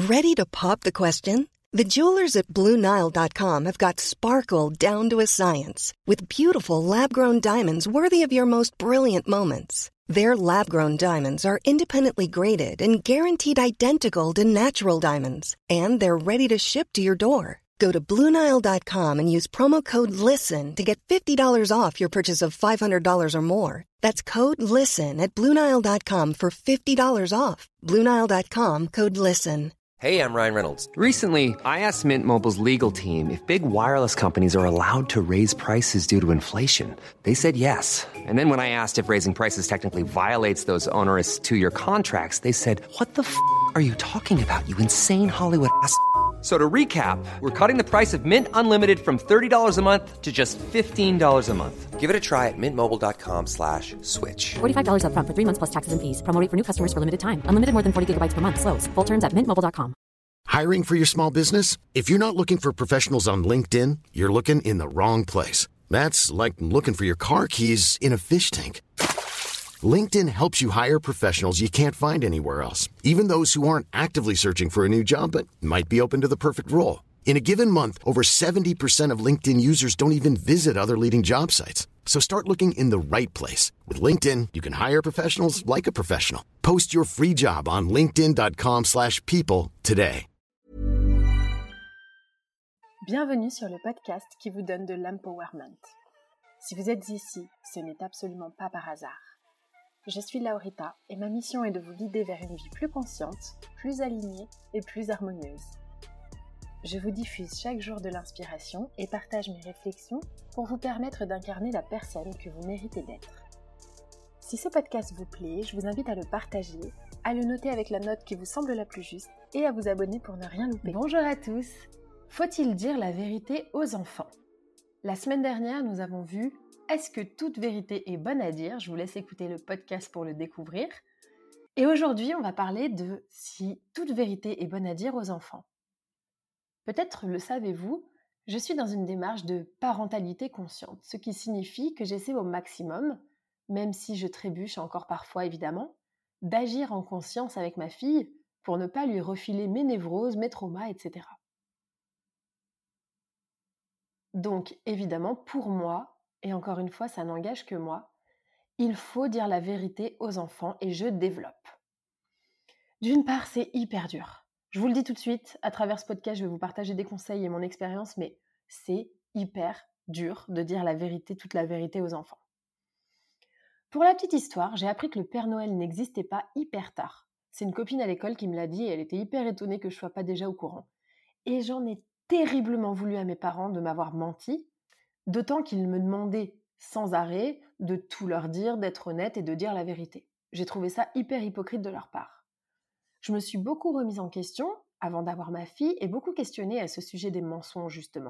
Ready to pop the question? The jewelers at BlueNile.com have got sparkle down to a science with beautiful lab-grown diamonds worthy of your most brilliant moments. Their lab-grown diamonds are independently graded and guaranteed identical to natural diamonds, and they're ready to ship to your door. Go to BlueNile.com and use promo code LISTEN to get $50 off your purchase of $500 or more. That's code LISTEN at BlueNile.com for $50 off. BlueNile.com, code LISTEN. Hey, I'm Ryan Reynolds. Recently, I asked Mint Mobile's legal team if big wireless companies are allowed to raise prices due to inflation. They said yes. And then when I asked if raising prices technically violates those onerous two-year contracts, they said, "What the f*** are you talking about, you insane Hollywood ass?" So to recap, we're cutting the price of Mint Unlimited from $30 a month to just $15 a month. Give it a try at mintmobile.com/switch. $45 up front for 3 months plus taxes and fees. Promo rate for new customers for limited time. Unlimited more than 40 gigabytes per month. Slows full terms at mintmobile.com. Hiring for your small business? If you're not looking for professionals on LinkedIn, you're looking in the wrong place. That's like looking for your car keys in a fish tank. LinkedIn helps you hire professionals you can't find anywhere else, even those who aren't actively searching for a new job but might be open to the perfect role. In a given month, over 70% of LinkedIn users don't even visit other leading job sites. So start looking in the right place. With LinkedIn, you can hire professionals like a professional. Post your free job on linkedin.com/people today. Bienvenue sur le podcast qui vous donne de l'empowerment. Si vous êtes ici, ce n'est absolument pas par hasard. Je suis Laurita et ma mission est de vous guider vers une vie plus consciente, plus alignée et plus harmonieuse. Je vous diffuse chaque jour de l'inspiration et partage mes réflexions pour vous permettre d'incarner la personne que vous méritez d'être. Si ce podcast vous plaît, je vous invite à le partager, à le noter avec la note qui vous semble la plus juste et à vous abonner pour ne rien louper. Bonjour à tous! Faut-il dire la vérité aux enfants? La semaine dernière, nous avons vu « Est-ce que toute vérité est bonne à dire ?» Je vous laisse écouter le podcast pour le découvrir. Et aujourd'hui, on va parler de si toute vérité est bonne à dire aux enfants. Peut-être le savez-vous, je suis dans une démarche de parentalité consciente, ce qui signifie que j'essaie au maximum, même si je trébuche encore parfois évidemment, d'agir en conscience avec ma fille pour ne pas lui refiler mes névroses, mes traumas, etc. Donc évidemment, pour moi, et encore une fois, ça n'engage que moi, il faut dire la vérité aux enfants et je développe. D'une part, c'est hyper dur. Je vous le dis tout de suite, à travers ce podcast, je vais vous partager des conseils et mon expérience, mais c'est hyper dur de dire la vérité, toute la vérité aux enfants. Pour la petite histoire, j'ai appris que le Père Noël n'existait pas hyper tard. C'est une copine à l'école qui me l'a dit et elle était hyper étonnée que je ne sois pas déjà au courant. Et j'en ai terriblement voulu à mes parents de m'avoir menti, d'autant qu'ils me demandaient sans arrêt de tout leur dire, d'être honnête et de dire la vérité. J'ai trouvé ça hyper hypocrite de leur part. Je me suis beaucoup remise en question avant d'avoir ma fille et beaucoup questionnée à ce sujet des mensonges justement.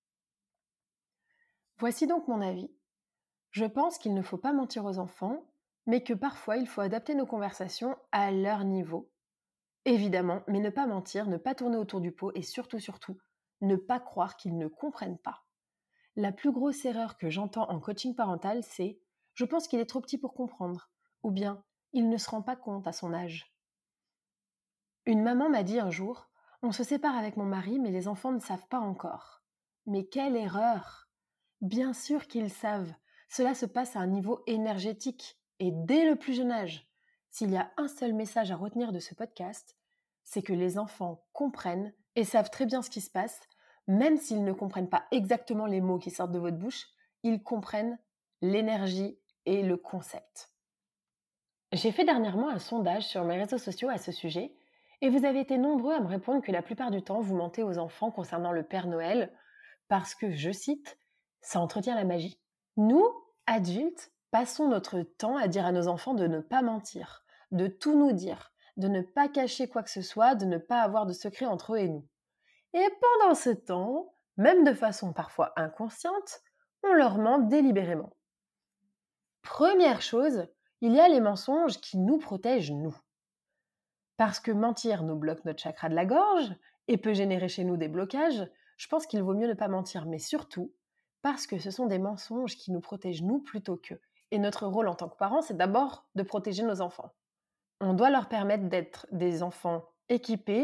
Voici donc mon avis. Je pense qu'il ne faut pas mentir aux enfants, mais que parfois il faut adapter nos conversations à leur niveau. Évidemment, mais ne pas mentir, ne pas tourner autour du pot et surtout, ne pas croire qu'ils ne comprennent pas. La plus grosse erreur que j'entends en coaching parental, c'est « je pense qu'il est trop petit pour comprendre » ou bien « il ne se rend pas compte à son âge ». Une maman m'a dit un jour « on se sépare avec mon mari, mais les enfants ne savent pas encore ». Mais quelle erreur! Bien sûr qu'ils savent. Cela se passe à un niveau énergétique et dès le plus jeune âge. S'il y a un seul message à retenir de ce podcast, c'est que les enfants comprennent et savent très bien ce qui se passe. Même s'ils ne comprennent pas exactement les mots qui sortent de votre bouche, ils comprennent l'énergie et le concept. J'ai fait dernièrement un sondage sur mes réseaux sociaux à ce sujet et vous avez été nombreux à me répondre que la plupart du temps, vous mentez aux enfants concernant le Père Noël parce que, je cite, « ça entretient la magie ». Nous, adultes, passons notre temps à dire à nos enfants de ne pas mentir, de tout nous dire, de ne pas cacher quoi que ce soit, de ne pas avoir de secret entre eux et nous. Et pendant ce temps, même de façon parfois inconsciente, on leur ment délibérément. Première chose, il y a les mensonges qui nous protègent nous. Parce que mentir nous bloque notre chakra de la gorge et peut générer chez nous des blocages, je pense qu'il vaut mieux ne pas mentir, mais surtout parce que ce sont des mensonges qui nous protègent nous plutôt qu'eux. Et notre rôle en tant que parents, c'est d'abord de protéger nos enfants. On doit leur permettre d'être des enfants équipés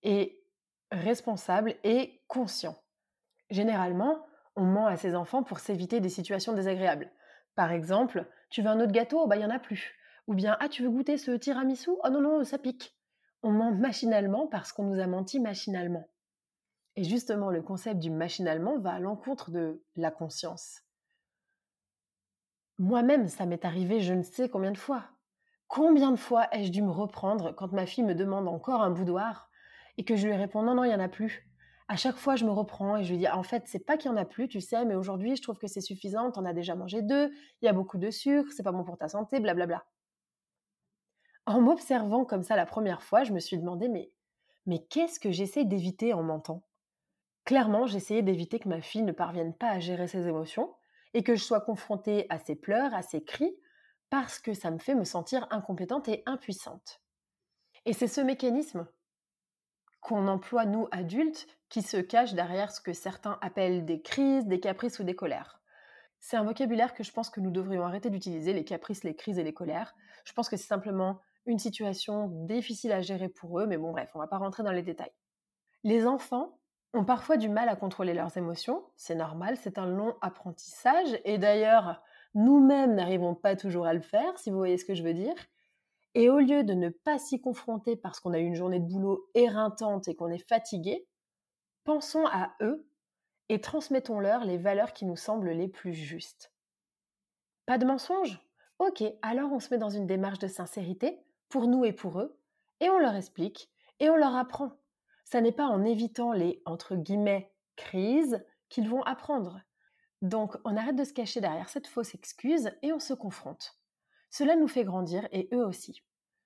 et responsable et conscient. Généralement, on ment à ses enfants pour s'éviter des situations désagréables. Par exemple, tu veux un autre gâteau? Oh bah il n'y en a plus. Ou bien, ah tu veux goûter ce tiramisu? Oh non, non, ça pique. On ment machinalement parce qu'on nous a menti machinalement. Et justement, le concept du machinalement va à l'encontre de la conscience. Moi-même, ça m'est arrivé je ne sais combien de fois. Combien de fois ai-je dû me reprendre quand ma fille me demande encore un boudoir et que je lui réponds non, non, il n'y en a plus. À chaque fois, je me reprends et je lui dis en fait, c'est pas qu'il y en a plus, tu sais, mais aujourd'hui, je trouve que c'est suffisant, t'en as déjà mangé 2, il y a beaucoup de sucre, c'est pas bon pour ta santé, blablabla. En m'observant comme ça la première fois, je me suis demandé mais qu'est-ce que j'essaie d'éviter en mentant? Clairement, j'essayais d'éviter que ma fille ne parvienne pas à gérer ses émotions et que je sois confrontée à ses pleurs, à ses cris, parce que ça me fait me sentir incompétente et impuissante. Et c'est ce mécanisme qu'on emploie, nous, adultes, qui se cache derrière ce que certains appellent des crises, des caprices ou des colères. C'est un vocabulaire que je pense que nous devrions arrêter d'utiliser, les caprices, les crises et les colères. Je pense que c'est simplement une situation difficile à gérer pour eux, mais bon bref, on ne va pas rentrer dans les détails. Les enfants ont parfois du mal à contrôler leurs émotions, c'est normal, c'est un long apprentissage, et d'ailleurs, nous-mêmes n'arrivons pas toujours à le faire, si vous voyez ce que je veux dire. Et au lieu de ne pas s'y confronter parce qu'on a eu une journée de boulot éreintante et qu'on est fatigué, pensons à eux et transmettons-leur les valeurs qui nous semblent les plus justes. Pas de mensonges? Ok, alors on se met dans une démarche de sincérité, pour nous et pour eux, et on leur explique, et on leur apprend. Ça n'est pas en évitant les, entre guillemets, crises qu'ils vont apprendre. Donc, on arrête de se cacher derrière cette fausse excuse et on se confronte. Cela nous fait grandir et eux aussi.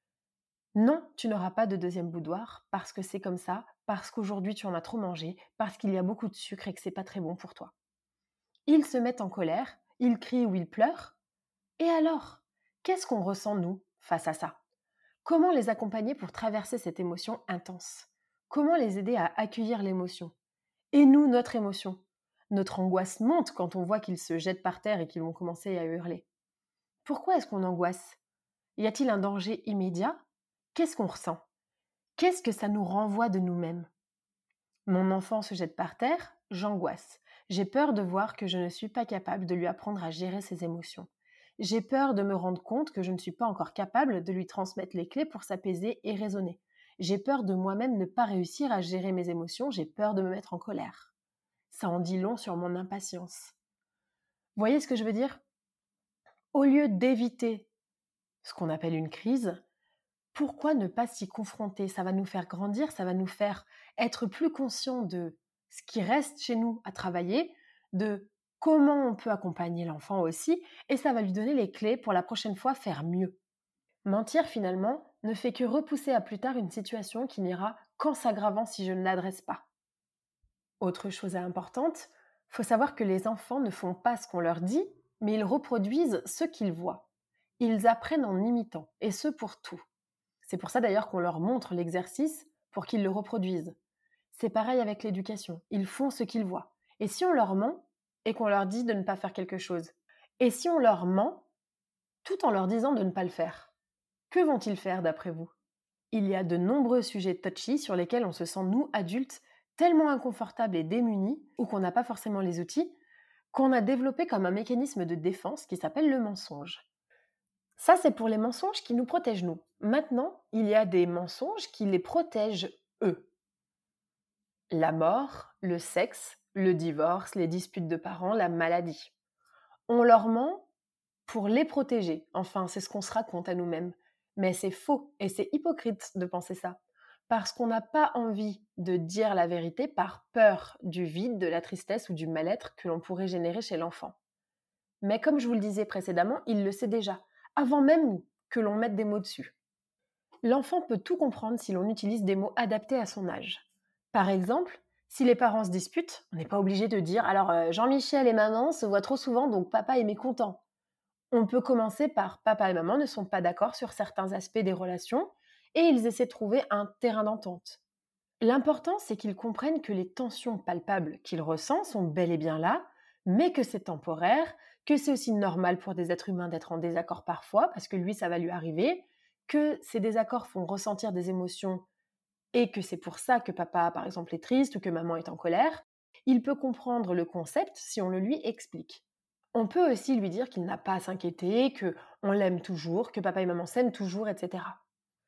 Non, tu n'auras pas de deuxième boudoir parce que c'est comme ça, parce qu'aujourd'hui tu en as trop mangé, parce qu'il y a beaucoup de sucre et que c'est pas très bon pour toi. Ils se mettent en colère, ils crient ou ils pleurent. Et alors, qu'est-ce qu'on ressent nous face à ça? Comment les accompagner pour traverser cette émotion intense? Comment les aider à accueillir l'émotion? Et nous, notre émotion? Notre angoisse monte quand on voit qu'ils se jettent par terre et qu'ils vont commencer à hurler. Pourquoi est-ce qu'on angoisse? Y a-t-il un danger immédiat? Qu'est-ce qu'on ressent? Qu'est-ce que ça nous renvoie de nous-mêmes? Mon enfant se jette par terre, j'angoisse. J'ai peur de voir que je ne suis pas capable de lui apprendre à gérer ses émotions. J'ai peur de me rendre compte que je ne suis pas encore capable de lui transmettre les clés pour s'apaiser et raisonner. J'ai peur de moi-même ne pas réussir à gérer mes émotions, j'ai peur de me mettre en colère. Ça en dit long sur mon impatience. Vous voyez ce que je veux dire? Au lieu d'éviter ce qu'on appelle une crise, pourquoi ne pas s'y confronter? Ça va nous faire grandir, ça va nous faire être plus conscients de ce qui reste chez nous à travailler, de comment on peut accompagner l'enfant aussi, et ça va lui donner les clés pour la prochaine fois faire mieux. Mentir finalement ne fait que repousser à plus tard une situation qui n'ira qu'en s'aggravant si je ne l'adresse pas. Autre chose importante, il faut savoir que les enfants ne font pas ce qu'on leur dit, mais ils reproduisent ce qu'ils voient. Ils apprennent en imitant, et ce pour tout. C'est pour ça d'ailleurs qu'on leur montre l'exercice pour qu'ils le reproduisent. C'est pareil avec l'éducation, ils font ce qu'ils voient. Et si on leur ment et qu'on leur dit de ne pas faire quelque chose? Et si on leur ment tout en leur disant de ne pas le faire? Que vont-ils faire d'après vous? Il y a de nombreux sujets touchy sur lesquels on se sent, nous, adultes, tellement inconfortables et démunis, ou qu'on n'a pas forcément les outils, qu'on a développé comme un mécanisme de défense qui s'appelle le mensonge. Ça, c'est pour les mensonges qui nous protègent, nous. Maintenant, il y a des mensonges qui les protègent, eux. La mort, le sexe, le divorce, les disputes de parents, la maladie. On leur ment pour les protéger. Enfin, c'est ce qu'on se raconte à nous-mêmes. Mais c'est faux et c'est hypocrite de penser ça. Parce qu'on n'a pas envie de dire la vérité par peur du vide, de la tristesse ou du mal-être que l'on pourrait générer chez l'enfant. Mais comme je vous le disais précédemment, il le sait déjà, avant même que l'on mette des mots dessus. L'enfant peut tout comprendre si l'on utilise des mots adaptés à son âge. Par exemple, si les parents se disputent, on n'est pas obligé de dire « Alors, Jean-Michel et maman se voient trop souvent, donc papa est mécontent ». On peut commencer par « Papa et maman ne sont pas d'accord sur certains aspects des relations et ils essaient de trouver un terrain d'entente ». L'important, c'est qu'ils comprennent que les tensions palpables qu'ils ressentent sont bel et bien là, mais que c'est temporaire, que c'est aussi normal pour des êtres humains d'être en désaccord parfois, parce que lui, ça va lui arriver, que ces désaccords font ressentir des émotions et que c'est pour ça que papa, par exemple, est triste ou que maman est en colère, il peut comprendre le concept si on le lui explique. On peut aussi lui dire qu'il n'a pas à s'inquiéter, que on l'aime toujours, que papa et maman s'aiment toujours, etc.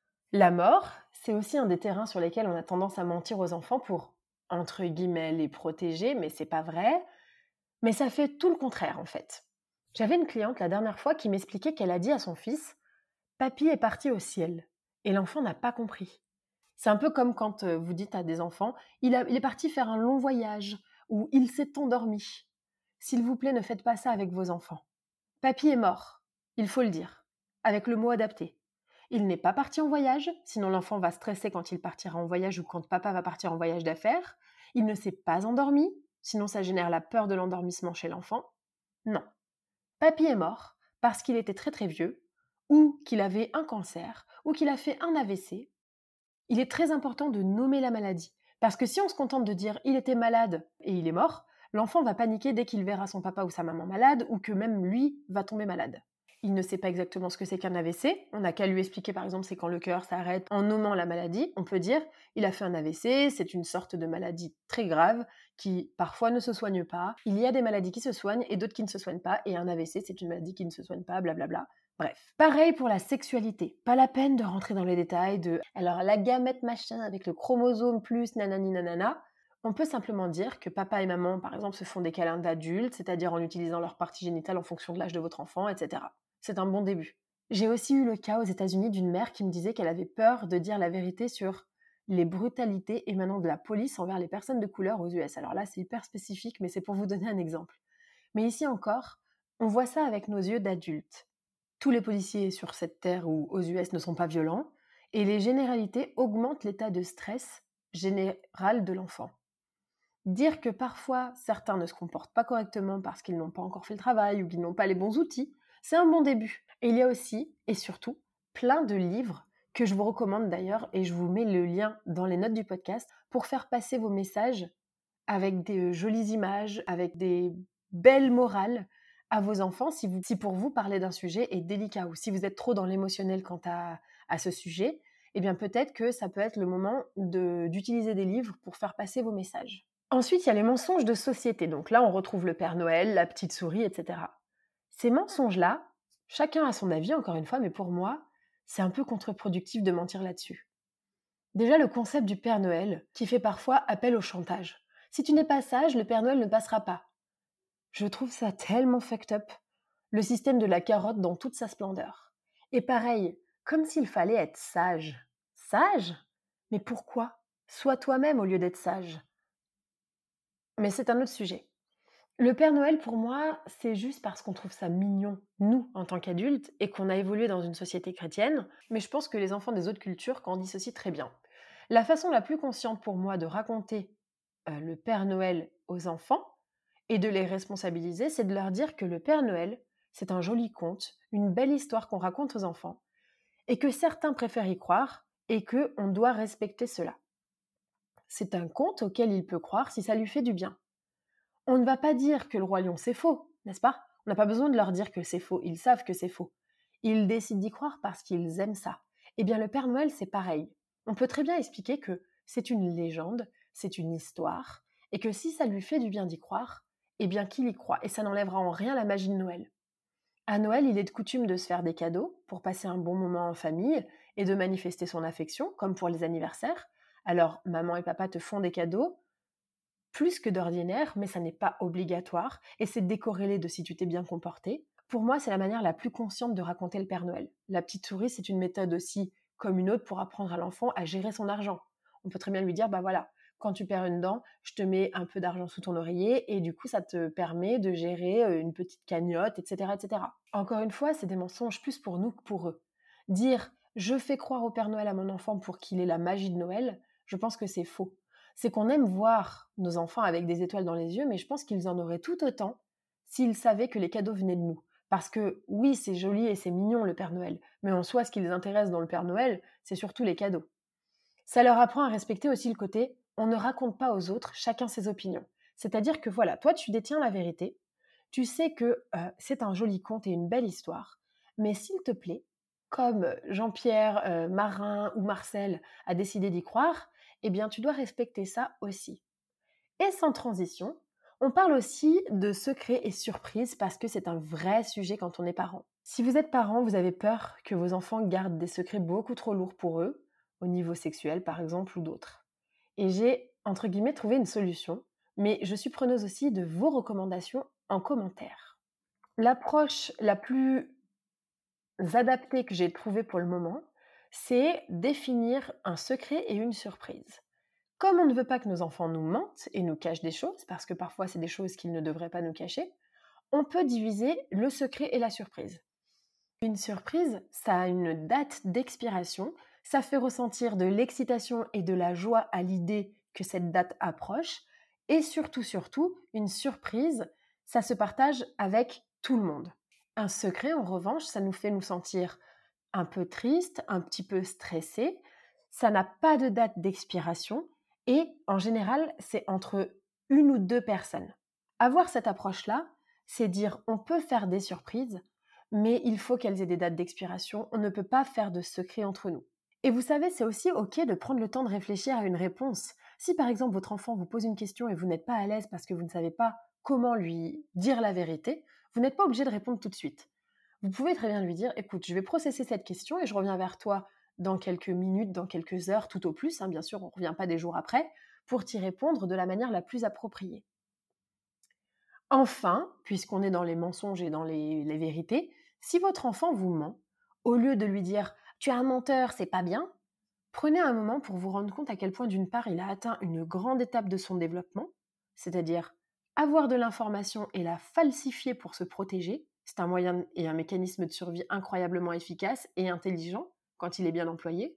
La mort, c'est aussi un des terrains sur lesquels on a tendance à mentir aux enfants pour, entre guillemets, les protéger, mais c'est pas vrai. Mais ça fait tout le contraire, en fait. J'avais une cliente la dernière fois qui m'expliquait qu'elle a dit à son fils Papy est parti au ciel. Et l'enfant n'a pas compris. C'est un peu comme quand vous dites à des enfants il est parti faire un long voyage ou il s'est endormi. S'il vous plaît, ne faites pas ça avec vos enfants. Papy est mort, il faut le dire, avec le mot adapté. Il n'est pas parti en voyage, sinon l'enfant va stresser quand il partira en voyage ou quand papa va partir en voyage d'affaires. Il ne s'est pas endormi, sinon ça génère la peur de l'endormissement chez l'enfant. Non. Papy est mort parce qu'il était très très vieux, ou qu'il avait un cancer, ou qu'il a fait un AVC. Il est très important de nommer la maladie, parce que si on se contente de dire il était malade et il est mort, l'enfant va paniquer dès qu'il verra son papa ou sa maman malade, ou que même lui va tomber malade. Il ne sait pas exactement ce que c'est qu'un AVC, on n'a qu'à lui expliquer par exemple c'est quand le cœur s'arrête en nommant la maladie, on peut dire il a fait un AVC, c'est une sorte de maladie très grave qui parfois ne se soigne pas, il y a des maladies qui se soignent et d'autres qui ne se soignent pas, et un AVC c'est une maladie qui ne se soigne pas, blablabla. Bref. Pareil pour la sexualité, pas la peine de rentrer dans les détails de alors la gamète machin avec le chromosome plus nanani nanana. On peut simplement dire que papa et maman, par exemple, se font des câlins d'adultes, c'est-à-dire en utilisant leur partie génitale en fonction de l'âge de votre enfant, etc. C'est un bon début. J'ai aussi eu le cas aux États-Unis d'une mère qui me disait qu'elle avait peur de dire la vérité sur les brutalités émanant de la police envers les personnes de couleur aux US. Alors là, c'est hyper spécifique, mais c'est pour vous donner un exemple. Mais ici encore, on voit ça avec nos yeux d'adultes. Tous les policiers sur cette terre ou aux US ne sont pas violents, et les généralités augmentent l'état de stress général de l'enfant. Dire que parfois certains ne se comportent pas correctement parce qu'ils n'ont pas encore fait le travail ou qu'ils n'ont pas les bons outils, c'est un bon début. Et il y a aussi, et surtout, plein de livres que je vous recommande d'ailleurs, et je vous mets le lien dans les notes du podcast, pour faire passer vos messages avec des jolies images, avec des belles morales à vos enfants si pour vous parler d'un sujet est délicat ou si vous êtes trop dans l'émotionnel quant à ce sujet, eh bien peut-être que ça peut être le moment d'utiliser des livres pour faire passer vos messages. Ensuite, il y a les mensonges de société. Donc là, on retrouve le Père Noël, la petite souris, etc. Ces mensonges-là, chacun a son avis, encore une fois, mais pour moi, c'est un peu contre-productif de mentir là-dessus. Déjà, le concept du Père Noël, qui fait parfois appel au chantage. Si tu n'es pas sage, le Père Noël ne passera pas. Je trouve ça tellement fucked up. Le système de la carotte dans toute sa splendeur. Et pareil, comme s'il fallait être sage. Sage ? Mais pourquoi ? Sois toi-même au lieu d'être sage. Mais c'est un autre sujet. Le Père Noël, pour moi, c'est juste parce qu'on trouve ça mignon, nous, en tant qu'adultes, et qu'on a évolué dans une société chrétienne, mais je pense que les enfants des autres cultures grandissent aussi très bien. La façon la plus consciente pour moi de raconter le Père Noël aux enfants et de les responsabiliser, c'est de leur dire que le Père Noël, c'est un joli conte, une belle histoire qu'on raconte aux enfants, et que certains préfèrent y croire, et qu'on doit respecter cela. C'est un conte auquel il peut croire si ça lui fait du bien. On ne va pas dire que le roi lion c'est faux, n'est-ce pas ? On n'a pas besoin de leur dire que c'est faux, ils savent que c'est faux. Ils décident d'y croire parce qu'ils aiment ça. Eh bien le Père Noël c'est pareil. On peut très bien expliquer que c'est une légende, c'est une histoire, et que si ça lui fait du bien d'y croire, eh bien qu'il y croit, et ça n'enlèvera en rien la magie de Noël. À Noël, il est de coutume de se faire des cadeaux pour passer un bon moment en famille et de manifester son affection, comme pour les anniversaires. Alors maman et papa te font des cadeaux, plus que d'ordinaire, mais ça n'est pas obligatoire, et c'est décorrélé de si tu t'es bien comporté. Pour moi, c'est la manière la plus consciente de raconter le Père Noël. La petite souris, c'est une méthode aussi comme une autre pour apprendre à l'enfant à gérer son argent. On peut très bien lui dire, bah voilà, quand tu perds une dent, je te mets un peu d'argent sous ton oreiller, et du coup, ça te permet de gérer une petite cagnotte, etc., etc. Encore une fois, c'est des mensonges plus pour nous que pour eux. Dire, je fais croire au Père Noël à mon enfant pour qu'il ait la magie de Noël, je pense que c'est faux. C'est qu'on aime voir nos enfants avec des étoiles dans les yeux, mais je pense qu'ils en auraient tout autant s'ils savaient que les cadeaux venaient de nous. Parce que oui, c'est joli et c'est mignon le Père Noël, mais en soi, ce qui les intéresse dans le Père Noël, c'est surtout les cadeaux. Ça leur apprend à respecter aussi le côté « on ne raconte pas aux autres, chacun ses opinions ». C'est-à-dire que voilà, toi tu détiens la vérité, tu sais que c'est un joli conte et une belle histoire, mais s'il te plaît, comme Jean-Pierre, Marin ou Marcel a décidé d'y croire, eh bien tu dois respecter ça aussi. Et sans transition, on parle aussi de secrets et surprises parce que c'est un vrai sujet quand on est parent. Si vous êtes parent, vous avez peur que vos enfants gardent des secrets beaucoup trop lourds pour eux, au niveau sexuel par exemple ou d'autres. Et j'ai, entre guillemets, trouvé une solution, mais je suis preneuse aussi de vos recommandations en commentaire. L'approche la plus adaptée que j'ai trouvée pour le moment, c'est définir un secret et une surprise. Comme on ne veut pas que nos enfants nous mentent et nous cachent des choses, parce que parfois c'est des choses qu'ils ne devraient pas nous cacher, on peut diviser le secret et la surprise. Une surprise, ça a une date d'expiration, ça fait ressentir de l'excitation et de la joie à l'idée que cette date approche, et surtout, une surprise, ça se partage avec tout le monde. Un secret, en revanche, ça nous fait nous sentir un peu triste, un petit peu stressé, ça n'a pas de date d'expiration, et en général, c'est entre 1 ou 2 personnes. Avoir cette approche-là, c'est dire on peut faire des surprises, mais il faut qu'elles aient des dates d'expiration, on ne peut pas faire de secret entre nous. Et vous savez, c'est aussi ok de prendre le temps de réfléchir à une réponse. Si par exemple votre enfant vous pose une question et vous n'êtes pas à l'aise parce que vous ne savez pas comment lui dire la vérité, vous n'êtes pas obligé de répondre tout de suite. Vous pouvez très bien lui dire, écoute, je vais processer cette question et je reviens vers toi dans quelques minutes, dans quelques heures, tout au plus, bien sûr, on ne revient pas des jours après, pour t'y répondre de la manière la plus appropriée. Enfin, puisqu'on est dans les mensonges et dans les vérités, si votre enfant vous ment, au lieu de lui dire « tu es un menteur, c'est pas bien », prenez un moment pour vous rendre compte à quel point d'une part il a atteint une grande étape de son développement, c'est-à-dire avoir de l'information et la falsifier pour se protéger, c'est un moyen et un mécanisme de survie incroyablement efficace et intelligent quand il est bien employé.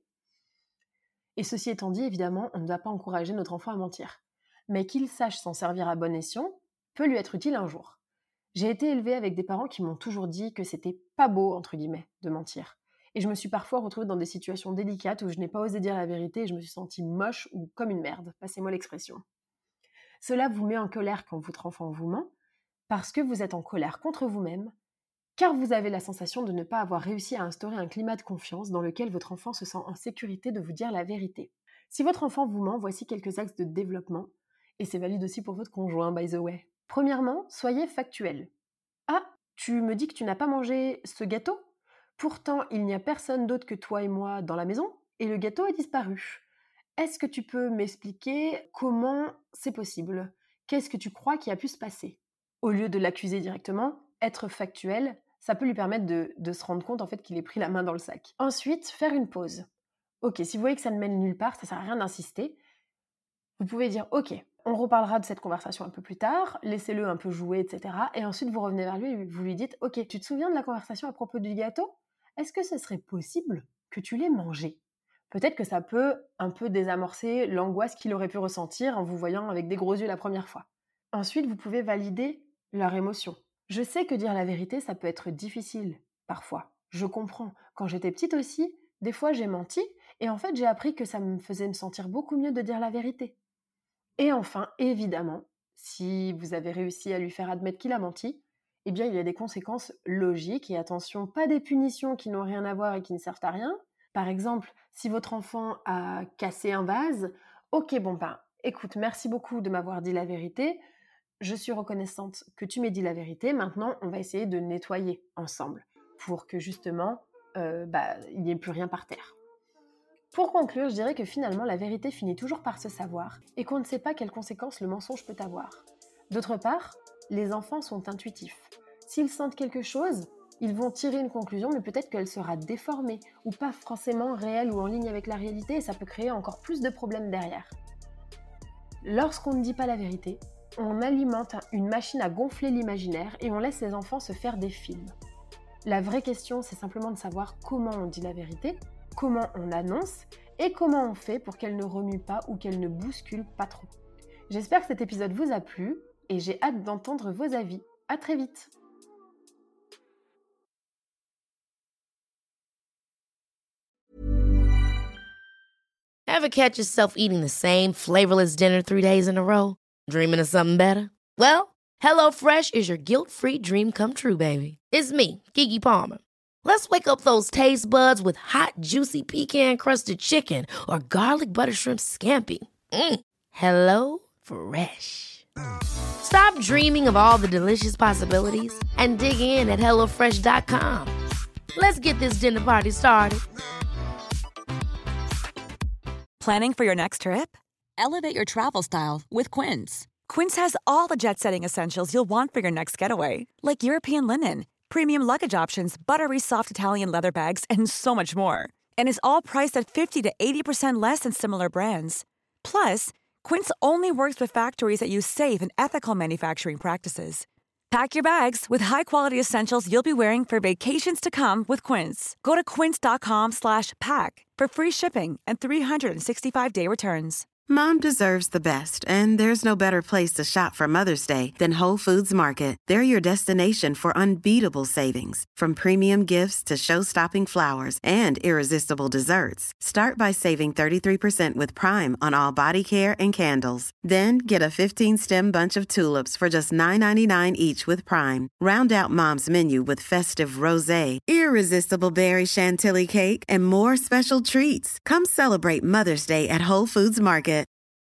Et ceci étant dit, évidemment, on ne doit pas encourager notre enfant à mentir, mais qu'il sache s'en servir à bon escient peut lui être utile un jour. J'ai été élevée avec des parents qui m'ont toujours dit que c'était pas beau, entre guillemets, de mentir. Et je me suis parfois retrouvée dans des situations délicates où je n'ai pas osé dire la vérité et je me suis sentie moche ou comme une merde, passez-moi l'expression. Cela vous met en colère quand votre enfant vous ment, parce que vous êtes en colère contre vous-même, car vous avez la sensation de ne pas avoir réussi à instaurer un climat de confiance dans lequel votre enfant se sent en sécurité de vous dire la vérité. Si votre enfant vous ment, voici quelques axes de développement, et c'est valide aussi pour votre conjoint, by the way. Premièrement, soyez factuel. Ah, tu me dis que tu n'as pas mangé ce gâteau ? Pourtant, il n'y a personne d'autre que toi et moi dans la maison, et le gâteau a disparu. Est-ce que tu peux m'expliquer comment c'est possible ? Qu'est-ce que tu crois qui a pu se passer ? Au lieu de l'accuser directement, être factuel, ça peut lui permettre de se rendre compte en fait qu'il ait pris la main dans le sac. Ensuite, faire une pause. Ok, si vous voyez que ça ne mène nulle part, ça ne sert à rien d'insister. Vous pouvez dire, ok, on reparlera de cette conversation un peu plus tard, laissez-le un peu jouer, etc. Et ensuite, vous revenez vers lui et vous lui dites, ok, tu te souviens de la conversation à propos du gâteau ? Est-ce que ce serait possible que tu l'aies mangé ? Peut-être que ça peut un peu désamorcer l'angoisse qu'il aurait pu ressentir en vous voyant avec des gros yeux la première fois. Ensuite, vous pouvez valider leur émotion. Je sais que dire la vérité, ça peut être difficile, parfois. Je comprends. Quand j'étais petite aussi, des fois j'ai menti, et en fait j'ai appris que ça me faisait me sentir beaucoup mieux de dire la vérité. Et enfin, évidemment, si vous avez réussi à lui faire admettre qu'il a menti, eh bien il y a des conséquences logiques, et attention, pas des punitions qui n'ont rien à voir et qui ne servent à rien. Par exemple, si votre enfant a cassé un vase, ok, écoute, merci beaucoup de m'avoir dit la vérité, je suis reconnaissante que tu m'aies dit la vérité, maintenant on va essayer de nettoyer ensemble pour que justement il n'y ait plus rien par terre. Pour conclure, je dirais que finalement la vérité finit toujours par se savoir et qu'on ne sait pas quelles conséquences le mensonge peut avoir. D'autre part, les enfants sont intuitifs. S'ils sentent quelque chose, ils vont tirer une conclusion, mais peut-être qu'elle sera déformée ou pas forcément réelle ou en ligne avec la réalité, et ça peut créer encore plus de problèmes derrière. Lorsqu'on ne dit pas la vérité, on alimente une machine à gonfler l'imaginaire et on laisse les enfants se faire des films. La vraie question, c'est simplement de savoir comment on dit la vérité, comment on annonce et comment on fait pour qu'elle ne remue pas ou qu'elle ne bouscule pas trop. J'espère que cet épisode vous a plu et j'ai hâte d'entendre vos avis. À très vite! Ever catch yourself eating the same flavorless dinner 3 days in a row? Dreaming of something better? Well, HelloFresh is your guilt-free dream come true, baby. It's me, Keke Palmer. Let's wake up those taste buds with hot, juicy pecan-crusted chicken or garlic butter shrimp scampi. Hello Fresh. Stop dreaming of all the delicious possibilities and dig in at HelloFresh.com. Let's get this dinner party started. Planning for your next trip? Elevate your travel style with Quince. Quince has all the jet-setting essentials you'll want for your next getaway, like European linen, premium luggage options, buttery soft Italian leather bags, and so much more. And is all priced at 50 to 80% less than similar brands. Plus, Quince only works with factories that use safe and ethical manufacturing practices. Pack your bags with high-quality essentials you'll be wearing for vacations to come with Quince. Go to quince.com/pack for free shipping and 365-day returns. Mom deserves the best, and there's no better place to shop for Mother's Day than Whole Foods Market. They're your destination for unbeatable savings, from premium gifts to show-stopping flowers and irresistible desserts. Start by saving 33% with Prime on all body care and candles. Then get a 15-stem bunch of tulips for just $9.99 each with Prime. Round out Mom's menu with festive rosé, irresistible berry chantilly cake, and more special treats. Come celebrate Mother's Day at Whole Foods Market